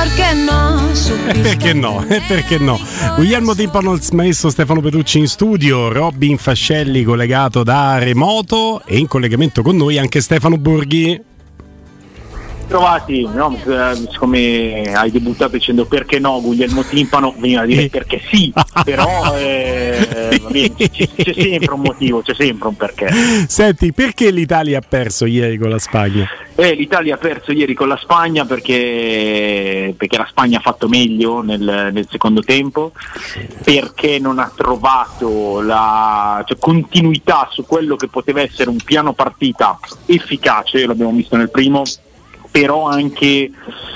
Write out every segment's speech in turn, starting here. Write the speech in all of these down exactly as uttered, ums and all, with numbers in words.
perché no? E perché no? E perché no? Guglielmo Timpano, il maestro Stefano Petrucci in studio, Robin Fascelli collegato da remoto e in collegamento con noi anche Stefano Borghi. Trovati, no? Siccome hai debuttato dicendo perché no, Guglielmo Timpano, veniva a dire perché sì, però eh, c'è, c'è sempre un motivo, c'è sempre un perché. Senti, perché l'Italia ha perso ieri con la Spagna? Eh, L'Italia ha perso ieri con la Spagna perché, perché la Spagna ha fatto meglio nel, nel secondo tempo, perché non ha trovato la cioè, continuità su quello che poteva essere un piano partita efficace, l'abbiamo visto nel primo, però anche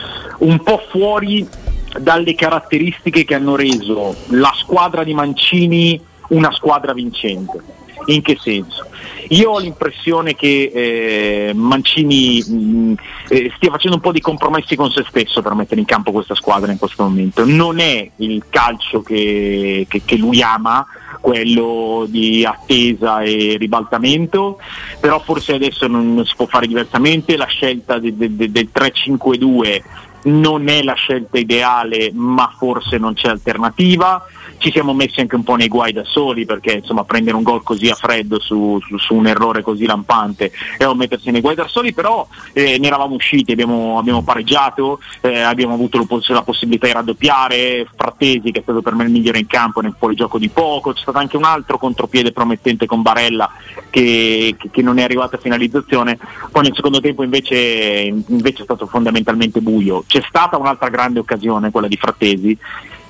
un po' fuori dalle caratteristiche che hanno reso la squadra di Mancini una squadra vincente. In che senso? Io ho l'impressione che eh, Mancini mh, eh, stia facendo un po' di compromessi con se stesso per mettere in campo questa squadra in questo momento. Non è il calcio che, che, che lui ama, quello di attesa e ribaltamento, però forse adesso non, non si può fare diversamente. La scelta de, de, de, del tre cinque due non è la scelta ideale, ma forse non c'è alternativa. Ci siamo messi anche un po' nei guai da soli, perché insomma prendere un gol così a freddo su, su, su un errore così lampante è un mettersi nei guai da soli, però eh, ne eravamo usciti, abbiamo, abbiamo pareggiato, eh, abbiamo avuto la possibilità di raddoppiare. Frattesi, che è stato per me il migliore in campo nel fuorigioco di poco, c'è stato anche un altro contropiede promettente con Barella che, che, che non è arrivato a finalizzazione. Poi nel secondo tempo invece, invece è stato fondamentalmente buio. C'è stata un'altra grande occasione, quella di Frattesi,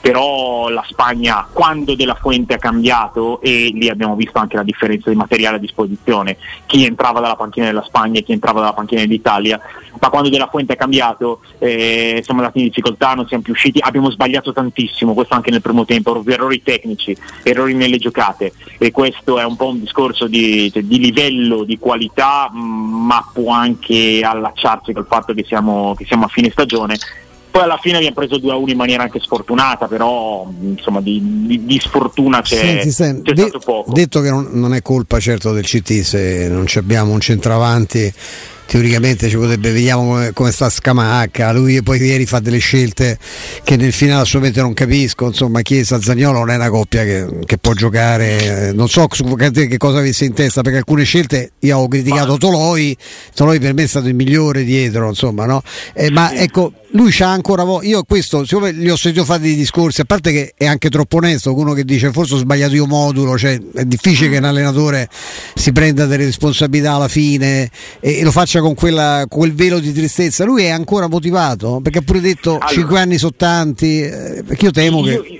però la Spagna, quando De La Fuente ha cambiato, e lì abbiamo visto anche la differenza di materiale a disposizione, chi entrava dalla panchina della Spagna e chi entrava dalla panchina dell'Italia, ma quando De La Fuente ha cambiato eh, siamo andati in difficoltà, non siamo più usciti, abbiamo sbagliato tantissimo, questo anche nel primo tempo, proprio errori tecnici, errori nelle giocate, e questo è un po' un discorso di, cioè, di livello, di qualità, mh, ma può anche allacciarsi col fatto che siamo, che siamo a fine stagione. Poi alla fine abbiamo preso due a uno in maniera anche sfortunata, però insomma di, di, di sfortuna c'è, senti, senti, c'è de- stato poco. Detto che non, non è colpa certo del C T se non abbiamo un centravanti, teoricamente ci potrebbe, vediamo come, come sta Scamacca, lui poi ieri fa delle scelte che nel finale assolutamente non capisco, insomma Chiesa Zaniolo non è una coppia che, che può giocare, non so che cosa avesse in testa, perché alcune scelte io avevo criticato ma... Toloi Toloi per me è stato il migliore dietro, insomma, no? Eh, ma ecco, lui c'ha ancora vo- io questo, siccome gli ho sentito fare dei discorsi, a parte che è anche troppo onesto, uno che dice forse ho sbagliato io modulo, cioè è difficile che un allenatore si prenda delle responsabilità alla fine e, e lo faccia con quella, quel velo di tristezza. Lui è ancora motivato? Perché ha pure detto allora, cinque anni sono tanti, eh, perché io temo io, che io,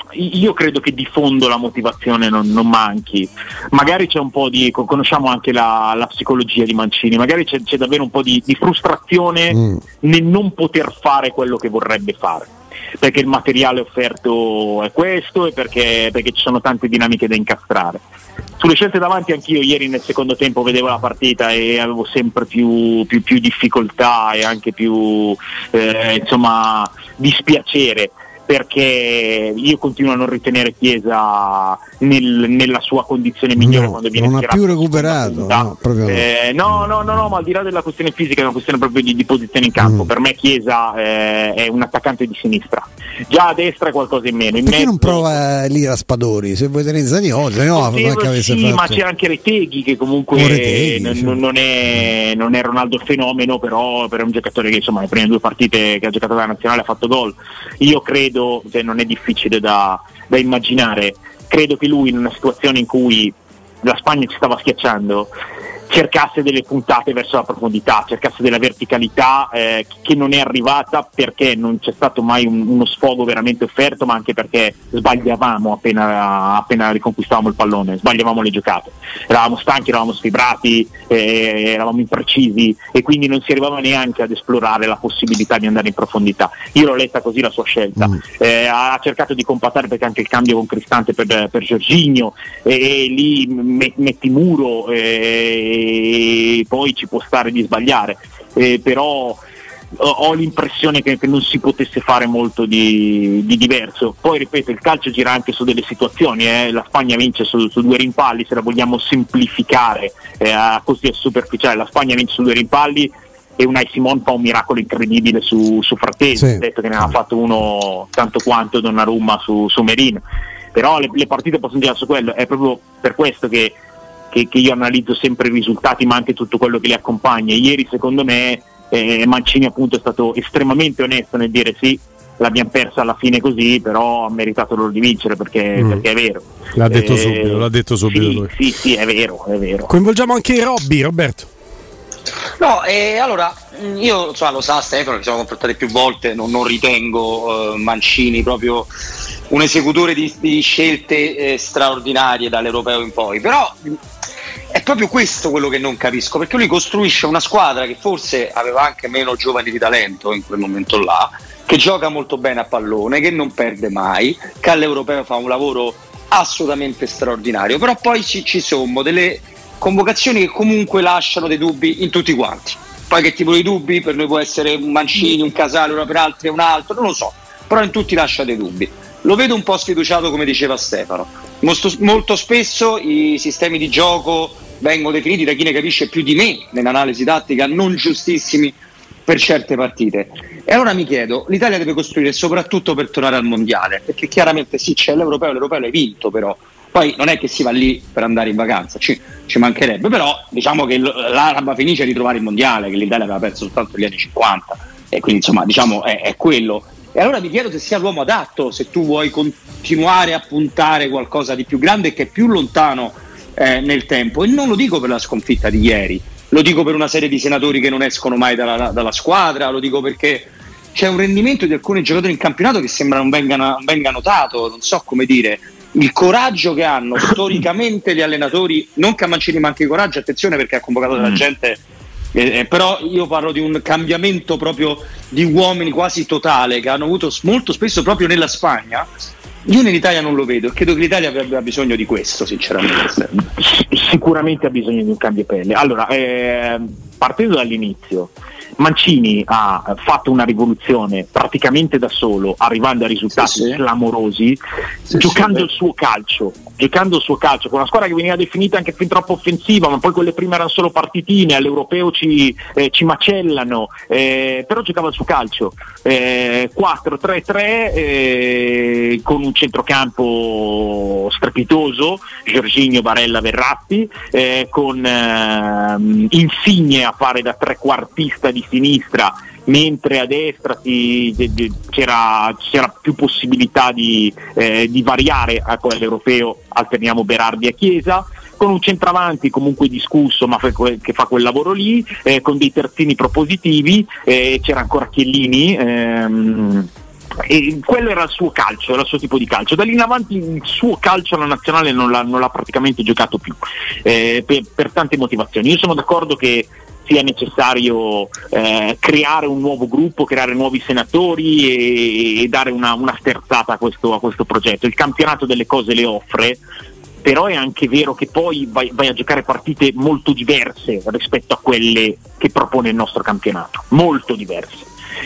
io credo che di fondo la motivazione non, non manchi, magari c'è un po' di, conosciamo anche la, la psicologia di Mancini, magari c'è, c'è davvero un po' di, di frustrazione mm. nel non poter fare quello che vorrebbe fare, perché il materiale offerto è questo e perché, perché ci sono tante dinamiche da incastrare. Sulle scelte davanti anch'io ieri nel secondo tempo vedevo la partita e avevo sempre più, più, più difficoltà e anche più eh, insomma dispiacere, perché io continuo a non ritenere Chiesa nel, nella sua condizione migliore no, quando viene non ha più recuperato, no, proprio no. Eh, no, no, no, no, ma al di là della questione fisica è una questione proprio di, di posizione in campo. Mm. Per me Chiesa eh, è un attaccante di sinistra, già a destra è qualcosa in meno. In perché mezzo... non prova lì Raspadori? Se vuoi tenere Zaniolo, no, sì, sì, ma c'è anche Reteghi che comunque Reteghi, non, sì. non, è, non è Ronaldo fenomeno, però per un giocatore che insomma le prime due partite che ha giocato dalla nazionale ha fatto gol. Io credo, cioè, non è difficile da, da immaginare, credo che lui in una situazione in cui la Spagna ci stava schiacciando cercasse delle puntate verso la profondità, cercasse della verticalità eh, che non è arrivata perché non c'è stato mai un, uno sfogo veramente offerto, ma anche perché sbagliavamo appena, appena riconquistavamo il pallone, sbagliavamo le giocate, eravamo stanchi, eravamo sfibrati, eh, eravamo imprecisi e quindi non si arrivava neanche ad esplorare la possibilità di andare in profondità. Io l'ho letta così la sua scelta, mm. eh, ha cercato di compattare perché anche il cambio con Cristante per, per Jorginho e, e lì me, metti muro eh, e poi ci può stare di sbagliare, eh, però ho l'impressione che, che non si potesse fare molto di, di diverso. Poi ripeto, il calcio gira anche su delle situazioni, eh. La Spagna vince su, su due rimpalli, se la vogliamo semplificare eh, così è superficiale, la Spagna vince su due rimpalli e Unai Simon fa un miracolo incredibile su, su Frattesi, sì. detto che ne ha fatto uno tanto quanto Donnarumma su, su Merino, però le, le partite possono girare su quello, è proprio per questo che, che, che io analizzo sempre i risultati ma anche tutto quello che li accompagna. Ieri secondo me eh, Mancini appunto è stato estremamente onesto nel dire sì, l'abbiamo persa alla fine così, però ha meritato loro di vincere perché, mm. perché è vero. L'ha detto eh, subito, l'ha detto subito sì, lui. Sì, sì, è vero, è vero. Coinvolgiamo anche i Robby, Roberto. No, eh, allora io insomma, lo sa Stefano, ci siamo confrontati più volte, non, non ritengo eh, Mancini proprio un esecutore di, di scelte eh, straordinarie dall'Europeo in poi, però è proprio questo quello che non capisco, perché lui costruisce una squadra che forse aveva anche meno giovani di talento in quel momento là, che gioca molto bene a pallone, che non perde mai, che all'Europeo fa un lavoro assolutamente straordinario, però poi ci, ci sommo delle convocazioni che comunque lasciano dei dubbi in tutti quanti. Poi che tipo di dubbi? Per noi può essere un Mancini, un Casale, per altri è un altro, non lo so, però in tutti lascia dei dubbi. Lo vedo un po' sfiduciato, come diceva Stefano. Molto, molto spesso i sistemi di gioco vengono definiti da chi ne capisce più di me nell'analisi tattica, non giustissimi per certe partite. E allora mi chiedo, l'Italia deve costruire soprattutto per tornare al mondiale, perché chiaramente sì, c'è l'Europeo, l'Europeo l'hai vinto, però poi non è che si va lì per andare in vacanza, ci, ci mancherebbe, però diciamo che l'Araba Fenice è ritrovare il mondiale, che l'Italia aveva perso soltanto negli anni cinquanta, e quindi insomma diciamo è, è quello. E allora mi chiedo se sia l'uomo adatto, se tu vuoi continuare a puntare qualcosa di più grande che è più lontano eh, nel tempo, e non lo dico per la sconfitta di ieri, lo dico per una serie di senatori che non escono mai dalla, dalla squadra, lo dico perché c'è un rendimento di alcuni giocatori in campionato che sembra non venga, non venga notato, non so come dire, il coraggio che hanno storicamente gli allenatori, non che a Mancini manchi coraggio, attenzione perché ha convocato della gente, eh, però io parlo di un cambiamento proprio di uomini quasi totale che hanno avuto molto spesso proprio nella Spagna. Io nell'Italia non lo vedo e credo che l'Italia abbia bisogno di questo, sinceramente. Sicuramente ha bisogno di un cambio pelle. Allora, eh, partendo dall'inizio, Mancini ha fatto una rivoluzione praticamente da solo, arrivando a risultati sì, sì. clamorosi, sì, giocando sì, il suo calcio, giocando il suo calcio con una squadra che veniva definita anche fin troppo offensiva, ma poi quelle prime erano solo partitine, all'Europeo ci, eh, ci macellano, eh, però giocava il suo calcio, eh, quattro tre tre eh, con un centrocampo strepitoso, Jorginho, Barella, Verratti, eh, con eh, Insigne a fare da trequartista di sinistra, mentre a destra si, c'era, c'era più possibilità di, eh, di variare. Ecco, all'Europeo alterniamo Berardi a Chiesa, con un centravanti comunque discusso ma che fa quel lavoro lì, eh, con dei terzini propositivi, eh, c'era ancora Chiellini, ehm, e quello era il suo calcio, era il suo tipo di calcio. Da lì in avanti il suo calcio alla nazionale non l'ha, non l'ha praticamente giocato più, eh, per, per tante motivazioni. Io sono d'accordo che sia necessario eh, creare un nuovo gruppo, creare nuovi senatori e, e dare una, una sterzata a questo, a questo progetto. Il campionato delle cose le offre, però è anche vero che poi vai, vai a giocare partite molto diverse rispetto a quelle che propone il nostro campionato, molto diverse.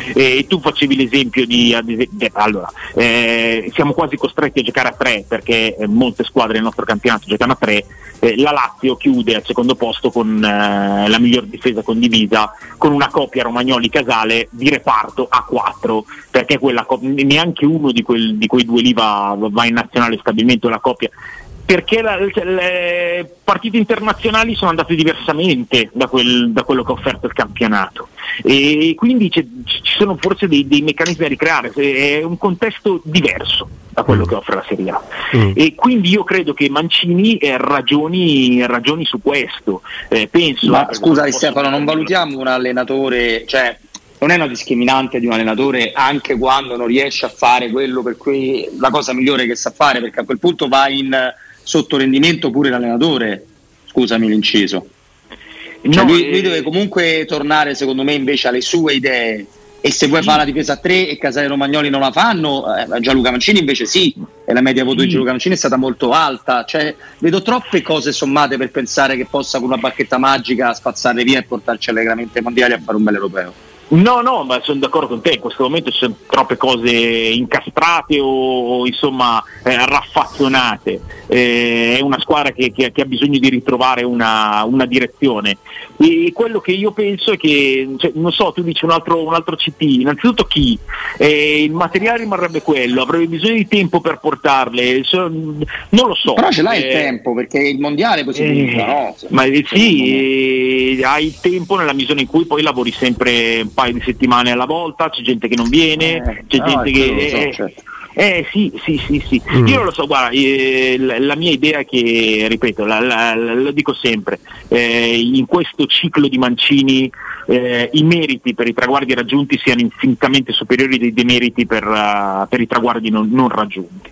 E tu facevi l'esempio di, ad esempio, allora, eh, siamo quasi costretti a giocare a tre perché eh, molte squadre del nostro campionato giocano a tre. Eh, la Lazio chiude al secondo posto con eh, la miglior difesa condivisa, con una coppia Romagnoli-Casale di reparto a quattro, perché quella co- neanche uno di, quel, di quei due lì va, va in nazionale stabilmente, la coppia, perché la, le partite internazionali sono andate diversamente da, quel, da quello che ha offerto il campionato, e quindi ci sono forse dei, dei meccanismi da ricreare, è un contesto diverso da quello che offre la Serie A, mm. e quindi io credo che Mancini eh, ragioni, ragioni su questo, eh, penso. Ma eh, scusa Stefano, non valutiamo un allenatore, cioè non è una discriminante di un allenatore anche quando non riesce a fare quello per cui la cosa migliore che sa fare, perché a quel punto va in sottorendimento pure l'allenatore, scusami l'inciso, cioè no, lui, lui deve comunque tornare secondo me invece alle sue idee, e se vuoi sì. fare la difesa a tre e Casale e Romagnoli non la fanno, eh, Gianluca Mancini invece sì, e la media voto sì. di Gianluca Mancini è stata molto alta, cioè vedo troppe cose sommate per pensare che possa con una bacchetta magica spazzare via e portarci allegramente ai mondiali a fare un bel europeo. No, no, ma sono d'accordo con te, in questo momento ci sono troppe cose incastrate o, o insomma eh, raffazzonate, eh, è una squadra che, che, che ha bisogno di ritrovare una, una direzione, e quello che io penso è che, cioè, non so, tu dici un altro, un altro C T, innanzitutto chi? Eh, il materiale rimarrebbe quello, avrebbe bisogno di tempo per portarle, so, non lo so. Però ce l'hai eh, il tempo, perché il mondiale poi si eh, no? Ma eh, sì, eh, hai il tempo nella misura in cui poi lavori sempre un paio di settimane alla volta, c'è gente che non viene, eh, c'è no, gente che so, eh, certo. eh sì, sì, sì, sì. Mm. Io non lo so, guarda, eh, la, la mia idea è che, ripeto, la, la, la, lo dico sempre, eh, in questo ciclo di Mancini eh, i meriti per i traguardi raggiunti siano infinitamente superiori dei demeriti per, uh, per i traguardi non, non raggiunti.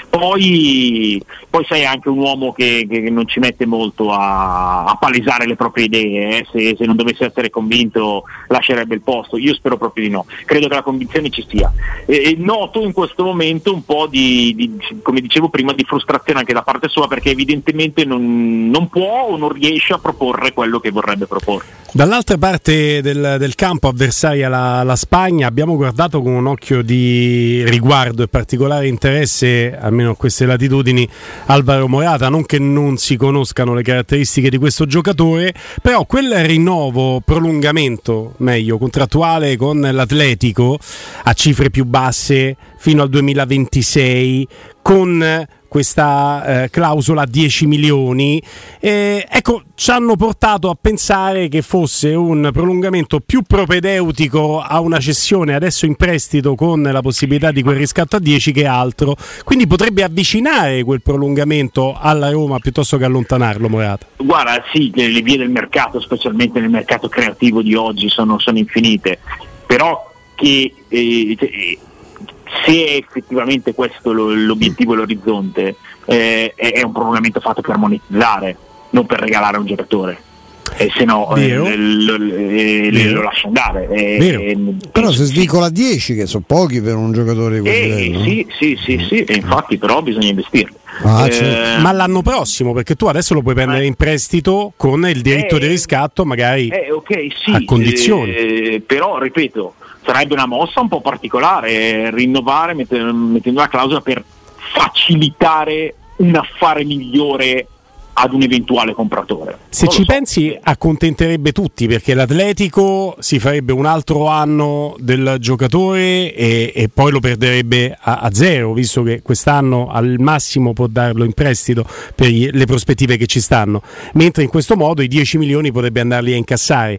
Poi, poi sei anche un uomo che, che non ci mette molto a, a palesare le proprie idee, eh. se, se non dovesse essere convinto lascerebbe il posto, io spero proprio di no, credo che la convinzione ci sia, e, e noto in questo momento un po' di, di, come dicevo prima, di frustrazione anche da parte sua, perché evidentemente non, non può o non riesce a proporre quello che vorrebbe proporre. Dall'altra parte del, del campo avversaria la, la Spagna, abbiamo guardato con un occhio di riguardo e particolare interesse, almeno a queste latitudini, Alvaro Morata. Non che non si conoscano le caratteristiche di questo giocatore, però quel rinnovo, prolungamento meglio, contrattuale con l'Atletico a cifre più basse fino al duemilaventisei, con questa eh, clausola a dieci milioni, eh, ecco, ci hanno portato a pensare che fosse un prolungamento più propedeutico a una cessione adesso in prestito con la possibilità di quel riscatto a dieci che altro, quindi potrebbe avvicinare quel prolungamento alla Roma piuttosto che allontanarlo Morata. Guarda, sì, le vie del mercato, specialmente nel mercato creativo di oggi, sono, sono infinite, però che eh, eh, se è effettivamente questo lo, l'obiettivo e l'orizzonte, eh, è, è un prolungamento fatto per monetizzare, non per regalare a un giocatore, e se no eh, lo, lo, lo lascia andare. Eh, però se svicola dieci, che sono pochi per un giocatore di quel eh, livello, sì, sì, sì, sì, e infatti però bisogna investirli. Ah, certo. eh, ma l'anno prossimo, perché tu adesso lo puoi prendere eh, in prestito con il diritto eh, di riscatto magari eh, okay, sì, a condizioni, eh, però ripeto, sarebbe una mossa un po' particolare, rinnovare mettendo, mettendo una clausola per facilitare un affare migliore ad un eventuale compratore. Se ci so. pensi accontenterebbe tutti, perché l'Atletico si farebbe un altro anno del giocatore e, e poi lo perderebbe a, a zero, visto che quest'anno al massimo può darlo in prestito per gli, le prospettive che ci stanno, mentre in questo modo i dieci milioni potrebbe andarli a incassare.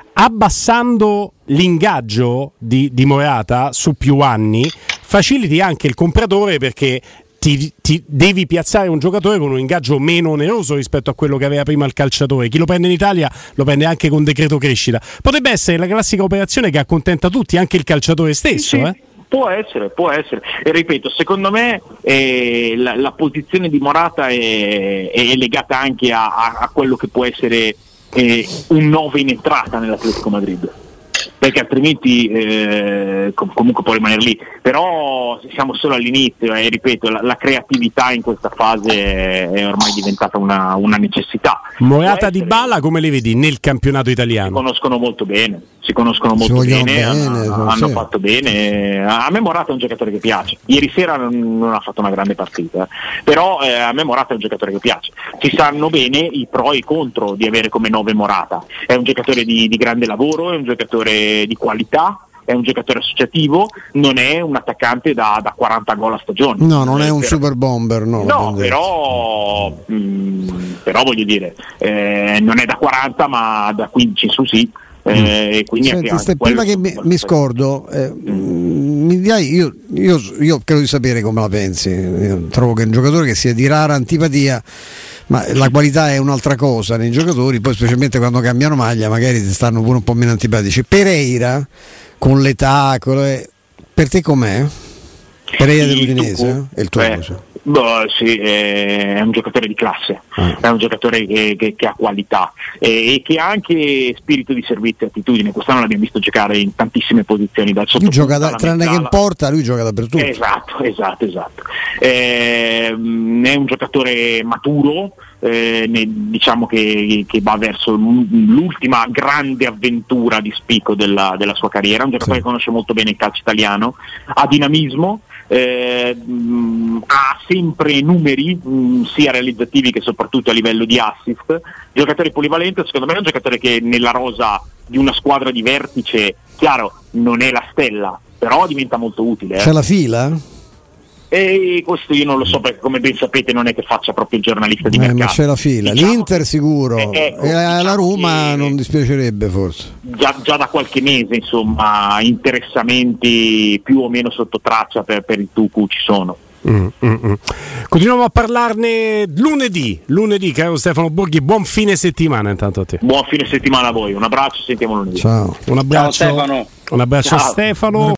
Abbassando l'ingaggio di, di Morata su più anni faciliti anche il compratore, perché Ti, ti devi piazzare un giocatore con un ingaggio meno oneroso rispetto a quello che aveva prima il calciatore. Chi lo prende in Italia lo prende anche con decreto crescita. Potrebbe essere la classica operazione che accontenta tutti, anche il calciatore stesso. Sì, eh? Può essere, può essere. E ripeto, secondo me eh, la, la posizione di Morata è, è legata anche a, a, a quello che può essere eh, un nove in entrata nell'Atletico Madrid, perché altrimenti eh, com- comunque può rimanere lì, però siamo solo all'inizio e ripeto, la, la creatività in questa fase è, è ormai diventata una, una necessità. Morata, Dybala come li vedi nel campionato italiano? Si conoscono molto bene, si conoscono molto si bene, bene hanno, hanno fatto bene. A me Morata è un giocatore che piace, ieri sera non, non ha fatto una grande partita, però eh, a me Morata è un giocatore che piace, si sanno bene i pro e i contro di avere come nove Morata, è un giocatore di, di grande lavoro, è un giocatore di qualità, è un giocatore associativo, non è un attaccante da, da quaranta gol a stagione. No, non è un per... super bomber, no. No, però, mh, però voglio dire, eh, non è da quaranta ma da quindici su sì. Eh, quindi Senti, anche ste, prima che mi, mi scordo, eh, mm. mi dai, io, io, io credo di sapere come la pensi. Io trovo che è un giocatore che sia di rara antipatia, ma la qualità è un'altra cosa nei giocatori, poi specialmente quando cambiano maglia magari ti stanno pure un po' meno antipatici. Pereira con l'età, per te com'è? Pereira dell'Udinese? È il tuo eh, boh, sì, è un giocatore di classe, ah. è un giocatore che, che, che ha qualità e, e che ha anche spirito di servizio e attitudine. Quest'anno l'abbiamo visto giocare in tantissime posizioni, dal lui gioca da, tranne che in porta, lui gioca dappertutto. Esatto, esatto, esatto. Eh, è un giocatore maturo, eh, ne, diciamo che, che va verso l'ultima grande avventura di spicco della, della sua carriera, un giocatore sì. che conosce molto bene il calcio italiano, ha dinamismo, eh, mh, ha sempre numeri mh, sia realizzativi che soprattutto a livello di assist, giocatore polivalente, secondo me è un giocatore che nella rosa di una squadra di vertice, chiaro, non è la stella, però diventa molto utile. Eh. C'è la fila? E questo io non lo so, perché come ben sapete non è che faccia proprio il giornalista di eh, mercato. Ma c'è la fila, diciamo l'Inter sicuro, ecco, e diciamo la Roma non dispiacerebbe forse. Già, già da qualche mese insomma interessamenti più o meno sotto traccia per, per il Tucu ci sono. Mm, mm, mm. Continuiamo a parlarne lunedì, lunedì caro Stefano Borghi, buon fine settimana intanto a te. Buon fine settimana a voi, un abbraccio, sentiamo lunedì. Ciao. Un abbraccio, Ciao Stefano. Un abbraccio Ciao. a Stefano.